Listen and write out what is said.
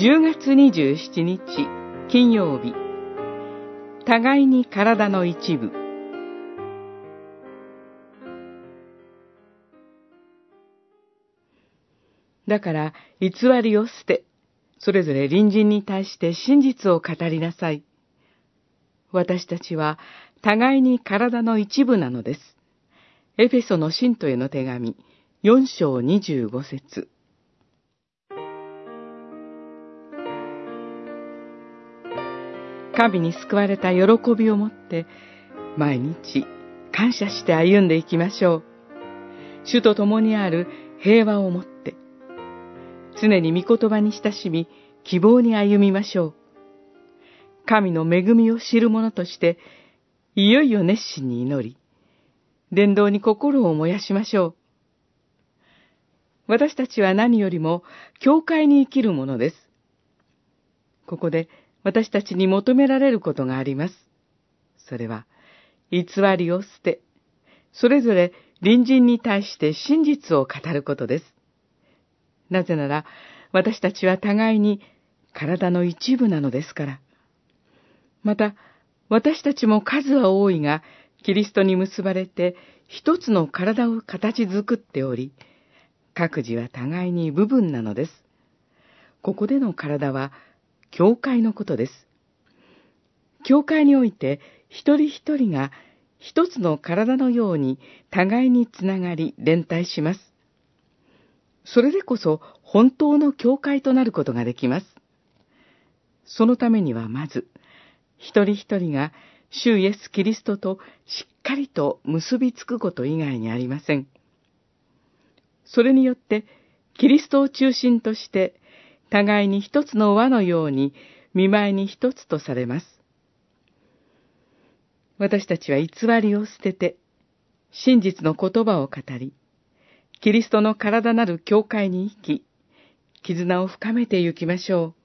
10月27日金曜日、互いに体の一部。だから偽りを捨て、それぞれ隣人に対して真実を語りなさい。私たちは互いに体の一部なのです。エフェソの信徒への手紙、4章25節。神に救われた喜びを持って、毎日感謝して歩んでいきましょう。主と共にある平和を持って、常に御言葉に親しみ、希望に歩みましょう。神の恵みを知る者として、いよいよ熱心に祈り、伝道に心を燃やしましょう。私たちは何よりも教会に生きるものです。ここで私たちに求められることがあります。それは、偽りを捨て、それぞれ隣人に対して真実を語ることです。なぜなら、私たちは互いに体の一部なのですから。また、私たちも数は多いが、キリストに結ばれて一つの体を形作っており、各自は互いに部分なのです。ここでの体は、教会のことです。教会において、一人一人が一つの体のように互いにつながり連帯します。それでこそ本当の教会となることができます。そのためにはまず、一人一人が主イエス・キリストとしっかりと結びつくこと以外にありません。それによって、キリストを中心として、互いに一つの輪のように、見舞いに一つとされます。私たちは偽りを捨てて、真実の言葉を語り、キリストの体なる教会に生き、絆を深めてゆきましょう。